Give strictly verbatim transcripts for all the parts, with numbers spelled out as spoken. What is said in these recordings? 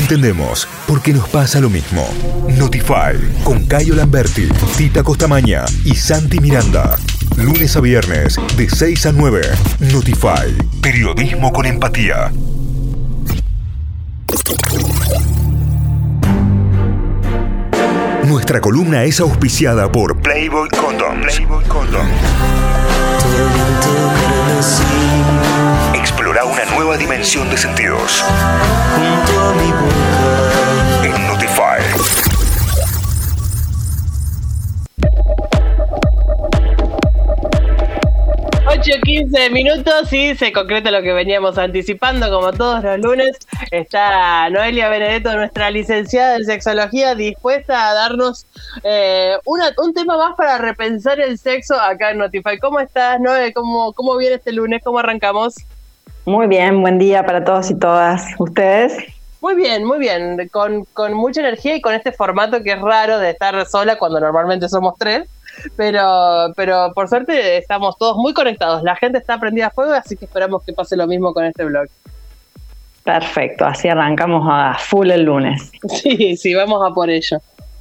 entendemos, porque nos pasa lo mismo. Notify, con Cayo Lamberti, Tita Costamaña y Santi Miranda. Lunes a viernes, de seis a nueve. Notify, periodismo con empatía. Nuestra columna es auspiciada por Playboy Condoms. Playboy Condoms. Explora una nueva dimensión de sentidos. En Notify. ocho quince minutos y se concreta lo que veníamos anticipando, como todos los lunes. Está Noelia Benedetto, nuestra licenciada en sexología, dispuesta a darnos eh, una, un tema más para repensar el sexo acá en Notify. ¿Cómo estás, Noe? ¿Cómo, cómo viene este lunes? ¿Cómo arrancamos? Muy bien, buen día para todos y todas. ¿Ustedes? Muy bien, muy bien. Con, con mucha energía y con este formato que es raro de estar sola cuando normalmente somos tres. Pero, pero por suerte estamos todos muy conectados. La gente está prendida a fuego, así que esperamos que pase lo mismo con este blog. Perfecto, así arrancamos a full el lunes. Sí, sí, vamos a por ello.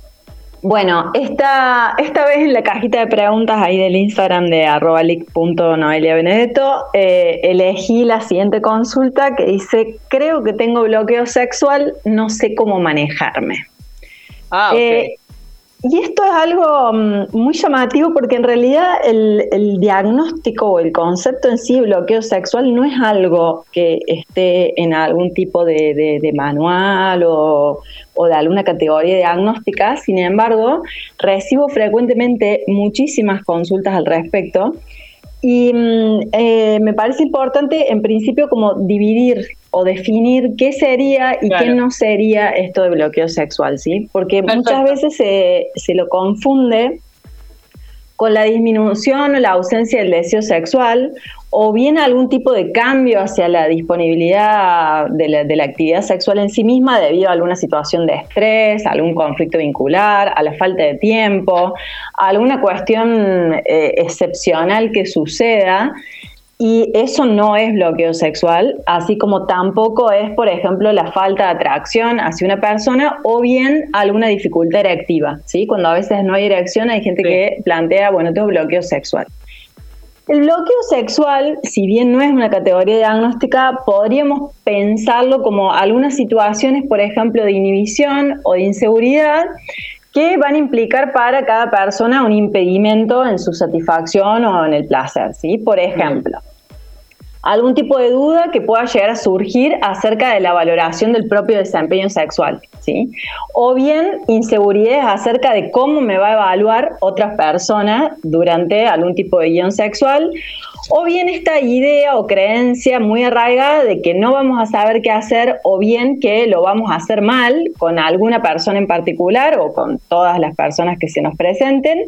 Bueno, esta, esta vez en la cajita de preguntas ahí del Instagram de arroba lic punto noelia benedetto eh, elegí la siguiente consulta que dice: creo que tengo bloqueo sexual, no sé cómo manejarme. Ah, ok. Eh, Y esto es algo muy llamativo porque en realidad el, el diagnóstico o el concepto en sí, bloqueo sexual, no es algo que esté en algún tipo de, de, de manual o, o de alguna categoría diagnóstica. Sin embargo, recibo frecuentemente muchísimas consultas al respecto y eh, me parece importante en principio como dividir o definir qué sería y claro. qué no sería esto de bloqueo sexual, ¿sí? Porque Perfecto. muchas veces se, se lo confunde con la disminución o la ausencia del deseo sexual, o bien algún tipo de cambio hacia la disponibilidad de la, de la actividad sexual en sí misma debido a alguna situación de estrés, a algún conflicto vincular, a la falta de tiempo, a alguna cuestión eh, excepcional que suceda. Y eso no es bloqueo sexual, así como tampoco es, por ejemplo, la falta de atracción hacia una persona o bien alguna dificultad erectiva, ¿sí? Cuando a veces no hay erección hay gente sí. que plantea, bueno, tengo bloqueo sexual. El bloqueo sexual, si bien no es una categoría diagnóstica, podríamos pensarlo como algunas situaciones, por ejemplo, de inhibición o de inseguridad, que van a implicar para cada persona un impedimento en su satisfacción o en el placer, ¿sí? Por ejemplo, algún tipo de duda que pueda llegar a surgir acerca de la valoración del propio desempeño sexual, ¿sí? O bien inseguridades acerca de cómo me va a evaluar otra persona durante algún tipo de guión sexual, o bien esta idea o creencia muy arraigada de que no vamos a saber qué hacer, o bien que lo vamos a hacer mal con alguna persona en particular o con todas las personas que se nos presenten.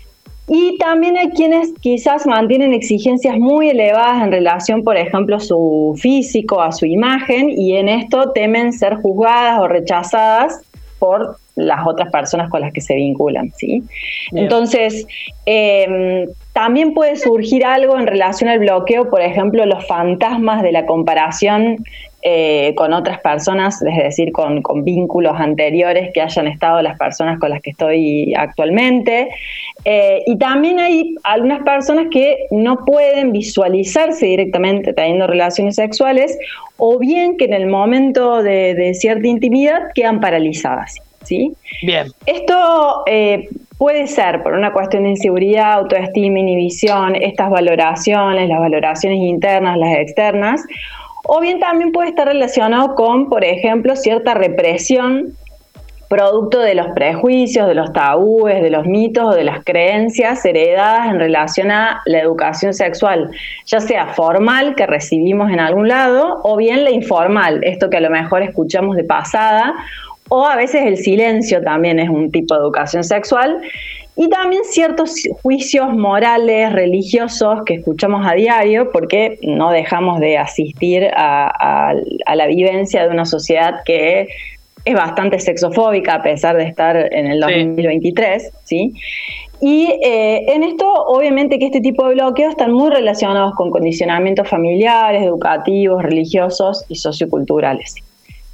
Y también hay quienes quizás mantienen exigencias muy elevadas en relación, por ejemplo, a su físico, a su imagen, y en esto temen ser juzgadas o rechazadas por las otras personas con las que se vinculan, ¿sí? Bien. Entonces, eh, también puede surgir algo en relación al bloqueo, por ejemplo, los fantasmas de la comparación eh, con otras personas, es decir, con, con vínculos anteriores que hayan estado las personas con las que estoy actualmente. Eh, y también hay algunas personas que no pueden visualizarse directamente teniendo relaciones sexuales, o bien que en el momento de, de cierta intimidad quedan paralizadas, ¿sí? Bien. Esto eh, puede ser por una cuestión de inseguridad, autoestima, inhibición, estas valoraciones, las valoraciones internas, las externas, o bien también puede estar relacionado con, por ejemplo, cierta represión producto de los prejuicios, de los tabúes, de los mitos o de las creencias heredadas en relación a la educación sexual, ya sea formal, que recibimos en algún lado, o bien la informal, esto que a lo mejor escuchamos de pasada, o a veces el silencio también es un tipo de educación sexual, y también ciertos juicios morales, religiosos que escuchamos a diario, porque no dejamos de asistir a, a, a la vivencia de una sociedad que es bastante sexofóbica a pesar de estar en el dos mil veintitrés, ¿sí? Y eh, en esto, obviamente que este tipo de bloqueos están muy relacionados con condicionamientos familiares, educativos, religiosos y socioculturales.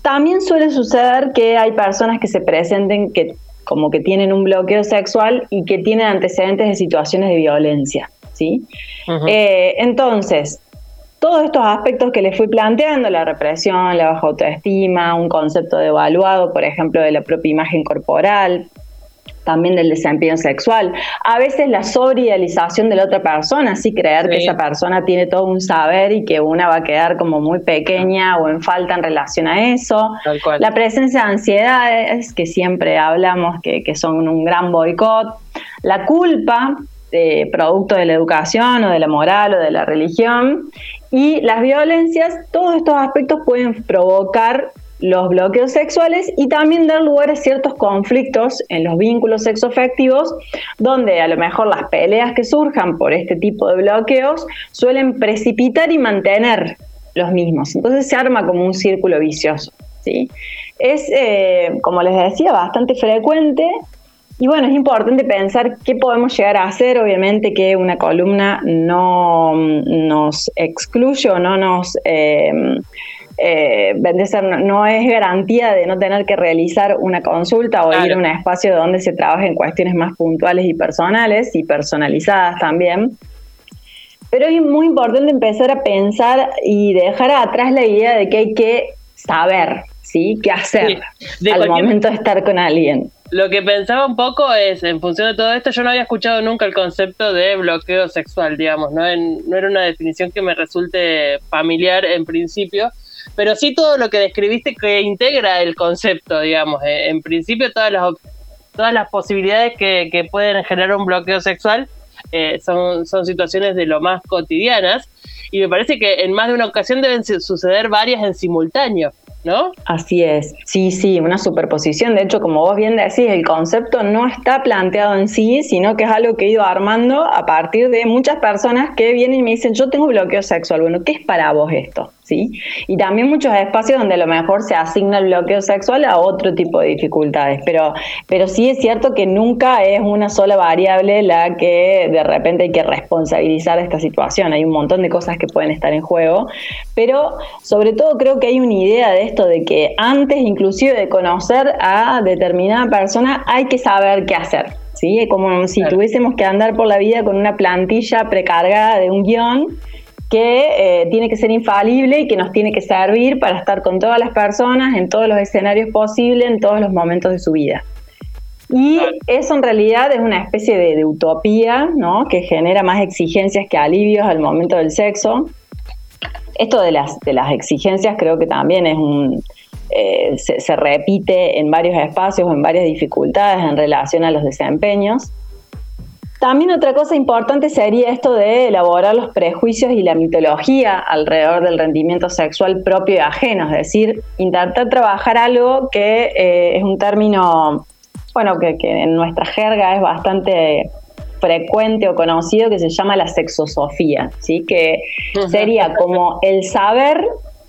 también suele suceder que hay personas que se presenten que como que tienen un bloqueo sexual y que tienen antecedentes de situaciones de violencia, ¿sí? Uh-huh. Eh, entonces, todos estos aspectos que les fui planteando, la represión, la baja autoestima, un concepto devaluado, por ejemplo, de la propia imagen corporal, también del desempeño sexual, a veces la sobreidealización de la otra persona, así creer sí. que esa persona tiene todo un saber y que una va a quedar como muy pequeña o en falta en relación a eso, la presencia de ansiedades, que siempre hablamos que, que son un gran boicot, la culpa, eh, producto de la educación o de la moral o de la religión, y las violencias, todos estos aspectos pueden provocar los bloqueos sexuales y también dar lugar a ciertos conflictos en los vínculos sexoafectivos, donde a lo mejor las peleas que surjan por este tipo de bloqueos suelen precipitar y mantener los mismos. Entonces se arma como un círculo vicioso, ¿sí? Es, eh, como les decía, bastante frecuente. Y bueno, es importante pensar qué podemos llegar a hacer. Obviamente que una columna no nos excluye o no nos... Eh, Eh, no es garantía de no tener que realizar una consulta o claro. ir a un espacio donde se trabaje en cuestiones más puntuales y personales y personalizadas también. Pero es muy importante empezar a pensar y dejar atrás la idea de que hay que saber, ¿sí? qué hacer sí, al cualquier... momento de estar con alguien. Lo que pensaba un poco es, en función de todo esto, yo no había escuchado nunca el concepto de bloqueo sexual, digamos, no, en, no era una definición que me resulte familiar en principio, pero sí todo lo que describiste que integra el concepto, digamos. En principio todas las todas las posibilidades que, que pueden generar un bloqueo sexual eh, son, son situaciones de lo más cotidianas, y me parece que en más de una ocasión deben suceder varias en simultáneo, ¿no? Así es, sí, sí, una superposición. De hecho, como vos bien decís, el concepto no está planteado en sí, sino que es algo que he ido armando a partir de muchas personas que vienen y me dicen, yo tengo bloqueo sexual. Bueno, ¿qué es para vos esto? ¿Sí? Y también muchos espacios donde a lo mejor se asigna el bloqueo sexual a otro tipo de dificultades, pero, pero sí es cierto que nunca es una sola variable la que de repente hay que responsabilizar de esta situación. Hay un montón de cosas que pueden estar en juego, pero sobre todo creo que hay una idea de esto de que antes inclusive de conocer a determinada persona hay que saber qué hacer, ¿sí? Como si claro. tuviésemos que andar por la vida con una plantilla precargada de un guión que eh, tiene que ser infalible y que nos tiene que servir para estar con todas las personas en todos los escenarios posibles, en todos los momentos de su vida. Y eso en realidad es una especie de, de utopía, ¿no? Que genera más exigencias que alivios al momento del sexo. Esto de las, de las exigencias creo que también es un, eh, se, se repite en varios espacios, en varias dificultades en relación a los desempeños. También otra cosa importante sería esto de elaborar los prejuicios y la mitología alrededor del rendimiento sexual propio y ajeno, es decir, intentar trabajar algo que eh, es un término, bueno, que, que en nuestra jerga es bastante frecuente o conocido, que se llama la sexosofía, ¿sí? Que sería como el saber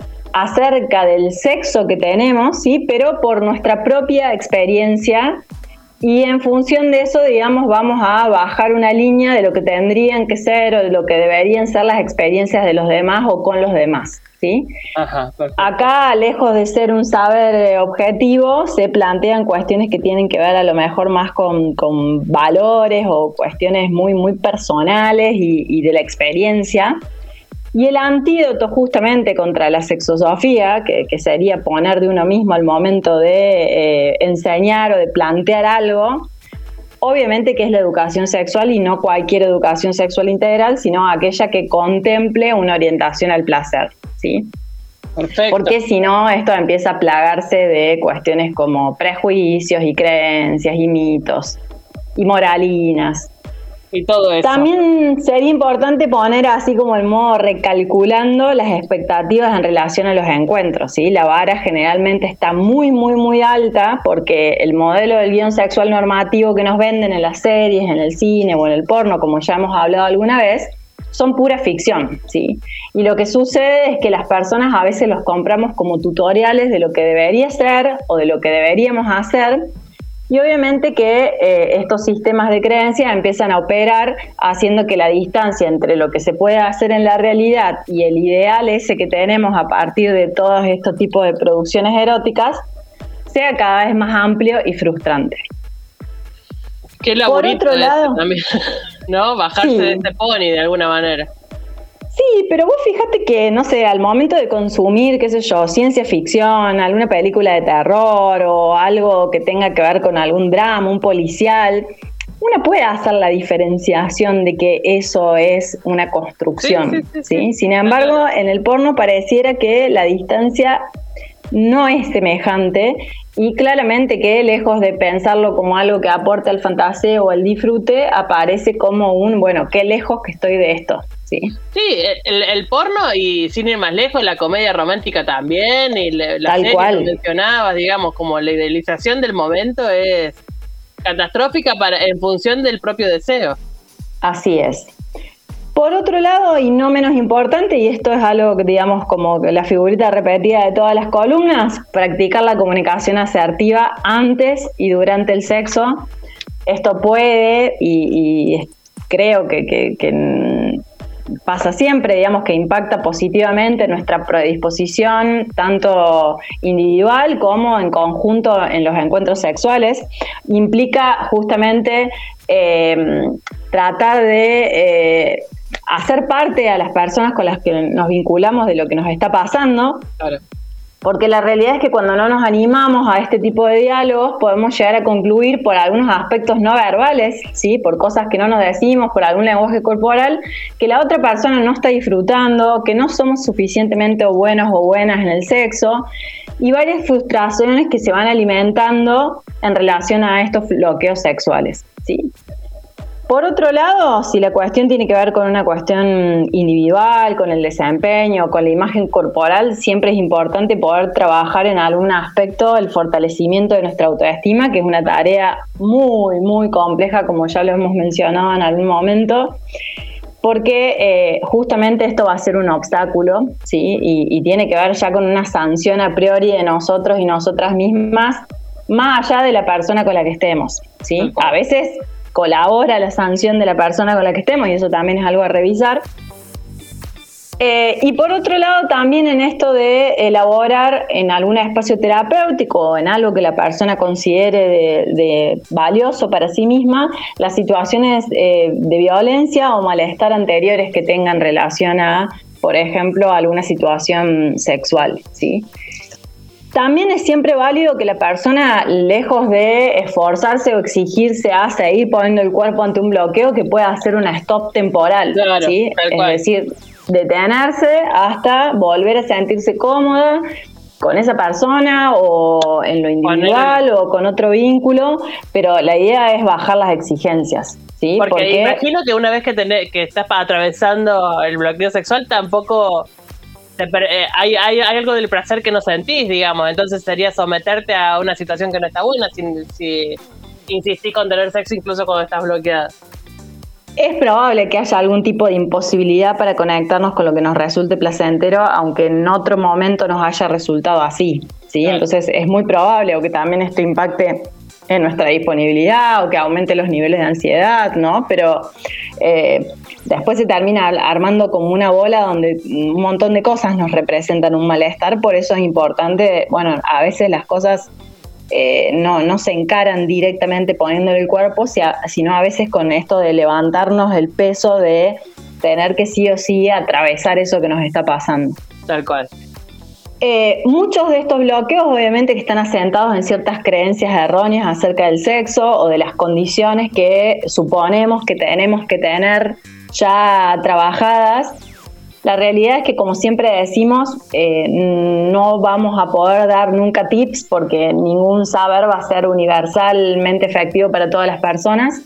acerca del sexo que tenemos, ¿sí? Pero por nuestra propia experiencia. Y en función de eso, digamos, vamos a bajar una línea de lo que tendrían que ser o de lo que deberían ser las experiencias de los demás o con los demás, ¿sí? Ajá, perfecto. Acá, lejos de ser un saber objetivo, se plantean cuestiones que tienen que ver a lo mejor más con, con valores o cuestiones muy, muy personales y, y de la experiencia. Y el antídoto justamente contra la sexosofía, que, que sería poner de uno mismo al momento de eh, enseñar o de plantear algo, obviamente que es la educación sexual y no cualquier educación sexual integral, sino aquella que contemple una orientación al placer, ¿sí? Perfecto. Porque si no, esto empieza a plagarse de cuestiones como prejuicios y creencias y mitos y moralinas. Y todo eso. También sería importante poner así como el modo recalculando las expectativas en relación a los encuentros, ¿sí? La vara generalmente está muy, muy, muy alta porque el modelo del guión sexual normativo que nos venden en las series, en el cine o en el porno, como ya hemos hablado alguna vez, son pura ficción, ¿sí? Y lo que sucede es que las personas a veces los compramos como tutoriales de lo que debería ser o de lo que deberíamos hacer. Y obviamente que eh, estos sistemas de creencias empiezan a operar haciendo que la distancia entre lo que se puede hacer en la realidad y el ideal ese que tenemos a partir de todos estos tipos de producciones eróticas sea cada vez más amplio y frustrante. Qué laburito. Por otro lado, también, ¿no? Bajarse sí. de este pony de alguna manera. Sí, pero vos fíjate que, no sé, al momento de consumir, qué sé yo, ciencia ficción, alguna película de terror o algo que tenga que ver con algún drama, un policial, uno puede hacer la diferenciación de que eso es una construcción, ¿sí? sí, sí, sí. ¿sí? Sin embargo, en el porno pareciera que la distancia no es semejante y claramente que lejos de pensarlo como algo que aporte al fantaseo o al disfrute, aparece como un, bueno, qué lejos que estoy de esto. Sí, sí el, el porno y sin ir más lejos, la comedia romántica también y la, la Tal serie cual. que mencionabas, digamos, como la idealización del momento es catastrófica para, en función del propio deseo. Así es. Por otro lado, y no menos importante, y esto es algo que digamos como la figurita repetida de todas las columnas, practicar la comunicación asertiva antes y durante el sexo. Esto puede, y, y creo que, que, que pasa siempre, digamos, que impacta positivamente nuestra predisposición, tanto individual como en conjunto en los encuentros sexuales. Implica justamente eh, tratar de eh, hacer parte a las personas con las que nos vinculamos de lo que nos está pasando. Claro. Porque la realidad es que cuando no nos animamos a este tipo de diálogos podemos llegar a concluir por algunos aspectos no verbales, ¿sí? Por cosas que no nos decimos, por algún lenguaje corporal, que la otra persona no está disfrutando, que no somos suficientemente buenos o buenas en el sexo, y varias frustraciones que se van alimentando en relación a estos bloqueos sexuales, ¿sí? Por otro lado, si la cuestión tiene que ver con una cuestión individual, con el desempeño, con la imagen corporal, siempre es importante poder trabajar en algún aspecto el fortalecimiento de nuestra autoestima, que es una tarea muy, muy compleja, como ya lo hemos mencionado en algún momento, porque eh, justamente esto va a ser un obstáculo, ¿sí? Y, y tiene que ver ya con una sanción a priori de nosotros y nosotras mismas, más allá de la persona con la que estemos, ¿sí? A veces colabora la sanción de la persona con la que estemos y eso también es algo a revisar. Eh, y por otro lado también en esto de elaborar en algún espacio terapéutico o en algo que la persona considere de, de valioso para sí misma, las situaciones eh, de violencia o malestar anteriores que tengan relación a, por ejemplo, alguna situación sexual, ¿sí? También es siempre válido que la persona, lejos de esforzarse o exigirse a seguir poniendo el cuerpo ante un bloqueo, que pueda hacer una stop temporal, claro, ¿sí? Es cual. decir, detenerse hasta volver a sentirse cómoda con esa persona o en lo individual o con otro vínculo, pero la idea es bajar las exigencias, ¿sí? Porque, Porque imagino que una vez que, tenés, que estás atravesando el bloqueo sexual tampoco... Te, eh, hay, hay, hay algo del placer que no sentís, digamos, entonces sería someterte a una situación que no está buena si, si insistís con tener sexo incluso cuando estás bloqueada. Es probable que haya algún tipo de imposibilidad para conectarnos con lo que nos resulte placentero, aunque en otro momento nos haya resultado así, ¿sí? Claro. Entonces es muy probable o que también esto impacte en nuestra disponibilidad o que aumente los niveles de ansiedad, ¿no? Pero eh, después se termina armando como una bola donde un montón de cosas nos representan un malestar, por eso es importante, bueno, a veces las cosas eh, no, no se encaran directamente poniéndole el cuerpo, sino a veces con esto de levantarnos el peso de tener que sí o sí atravesar eso que nos está pasando. Tal cual. Eh, muchos de estos bloqueos obviamente que están asentados en ciertas creencias erróneas acerca del sexo o de las condiciones que suponemos que tenemos que tener ya trabajadas. La realidad es que, como siempre decimos, eh, no vamos a poder dar nunca tips porque ningún saber va a ser universalmente efectivo para todas las personas.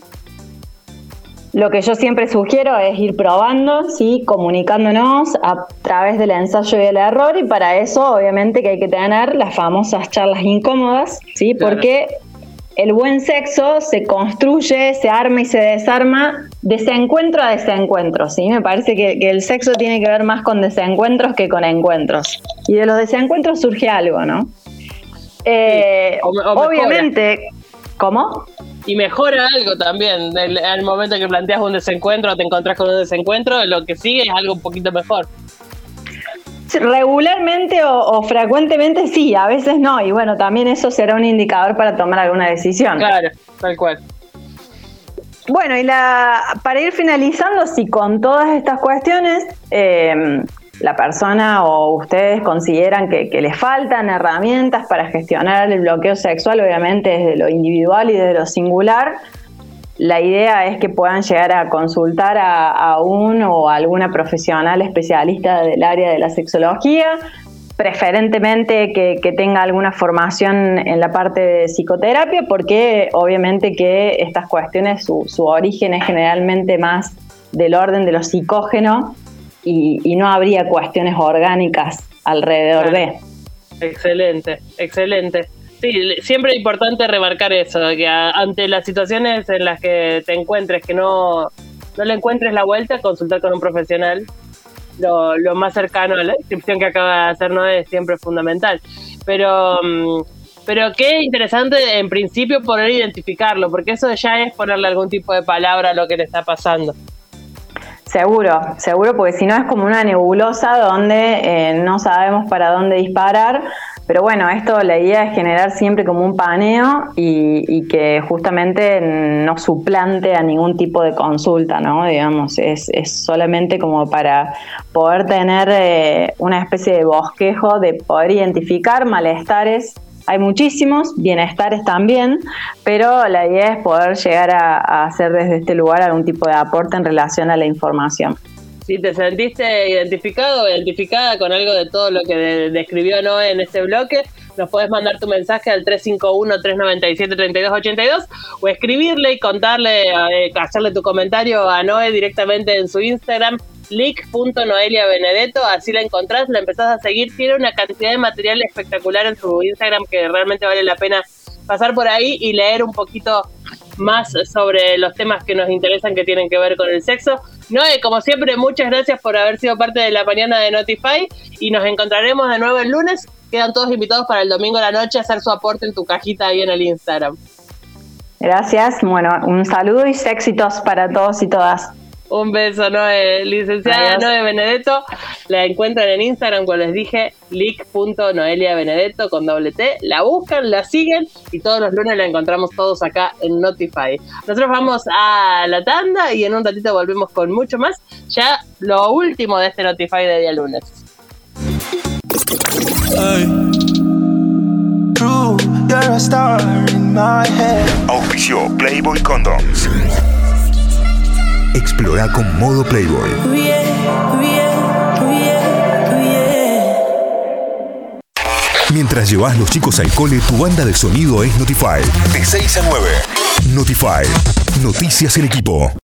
Lo que yo siempre sugiero es ir probando, ¿sí? Comunicándonos a través del ensayo y el error, y para eso obviamente que hay que tener las famosas charlas incómodas, ¿sí? Claro. Porque el buen sexo se construye, se arma y se desarma desencuentro a desencuentro, ¿sí? Me parece que, que el sexo tiene que ver más con desencuentros que con encuentros. Y de los desencuentros surge algo, ¿no? Eh, sí, o, o obviamente... ¿Cómo? Y mejora algo también. El, al momento que planteas un desencuentro o te encontrás con un desencuentro, lo que sigue es algo un poquito mejor. Regularmente o, o frecuentemente sí, a veces no. Y bueno, también eso será un indicador para tomar alguna decisión. Claro, tal cual. Bueno, y la, para ir finalizando, si con todas estas cuestiones eh, la persona o ustedes consideran que, que les faltan herramientas para gestionar el bloqueo sexual, obviamente desde lo individual y desde lo singular, la idea es que puedan llegar a consultar a, a un o alguna profesional especialista del área de la sexología, preferentemente que, que tenga alguna formación en la parte de psicoterapia, porque obviamente que estas cuestiones, su, su origen es generalmente más del orden de lo psicógeno y, y no habría cuestiones orgánicas alrededor Claro. de. Excelente, excelente. Sí, siempre es importante remarcar eso, que a, ante las situaciones en las que te encuentres, que no, no le encuentres la vuelta, consultar con un profesional. Lo, lo más cercano a la descripción que acaba de hacer Noé es siempre fundamental. Pero, pero qué interesante en principio poder identificarlo, porque eso ya es ponerle algún tipo de palabra a lo que te está pasando. Seguro, seguro, porque si no es como una nebulosa donde eh, no sabemos para dónde disparar. Pero bueno, esto, la idea es generar siempre como un paneo y, y que justamente no suplante a ningún tipo de consulta, ¿no? Digamos, es, es solamente como para poder tener eh, una especie de bosquejo, de poder identificar malestares. Hay muchísimos, bienestares también, pero la idea es poder llegar a, a hacer desde este lugar algún tipo de aporte en relación a la información. Si te sentiste identificado o identificada con algo de todo lo que de, describió Noé en este bloque, nos podés mandar tu mensaje al tres cinco uno, tres nueve siete, tres dos ocho dos o escribirle y contarle, eh, hacerle tu comentario a Noé directamente en su Instagram, lic punto noelia benedetto, así la encontrás, la empezás a seguir, tiene una cantidad de material espectacular en su Instagram que realmente vale la pena pasar por ahí y leer un poquito más sobre los temas que nos interesan que tienen que ver con el sexo. Noé, como siempre, muchas gracias por haber sido parte de la mañana de Notify y nos encontraremos de nuevo el lunes. Quedan todos invitados para el domingo a la noche a hacer su aporte en tu cajita ahí en el Instagram. Gracias, bueno, un saludo y éxitos para todos y todas. Un beso, Noé. Licenciada Adiós. Noé Benedetto, la encuentran en Instagram, como les dije, lic punto noelia benedetto con doble T. La buscan, la siguen y todos los lunes la encontramos todos acá en Notify. Nosotros vamos a la tanda y en un ratito volvemos con mucho más. Ya lo último de este Notify de día lunes. Ay. True, you're a star in my head. Auspició Playboy Condoms. Explora con modo Playboy. Mientras llevas los chicos al cole, tu banda de sonido es Notify. De seis a nueve. Notify. Noticias en equipo.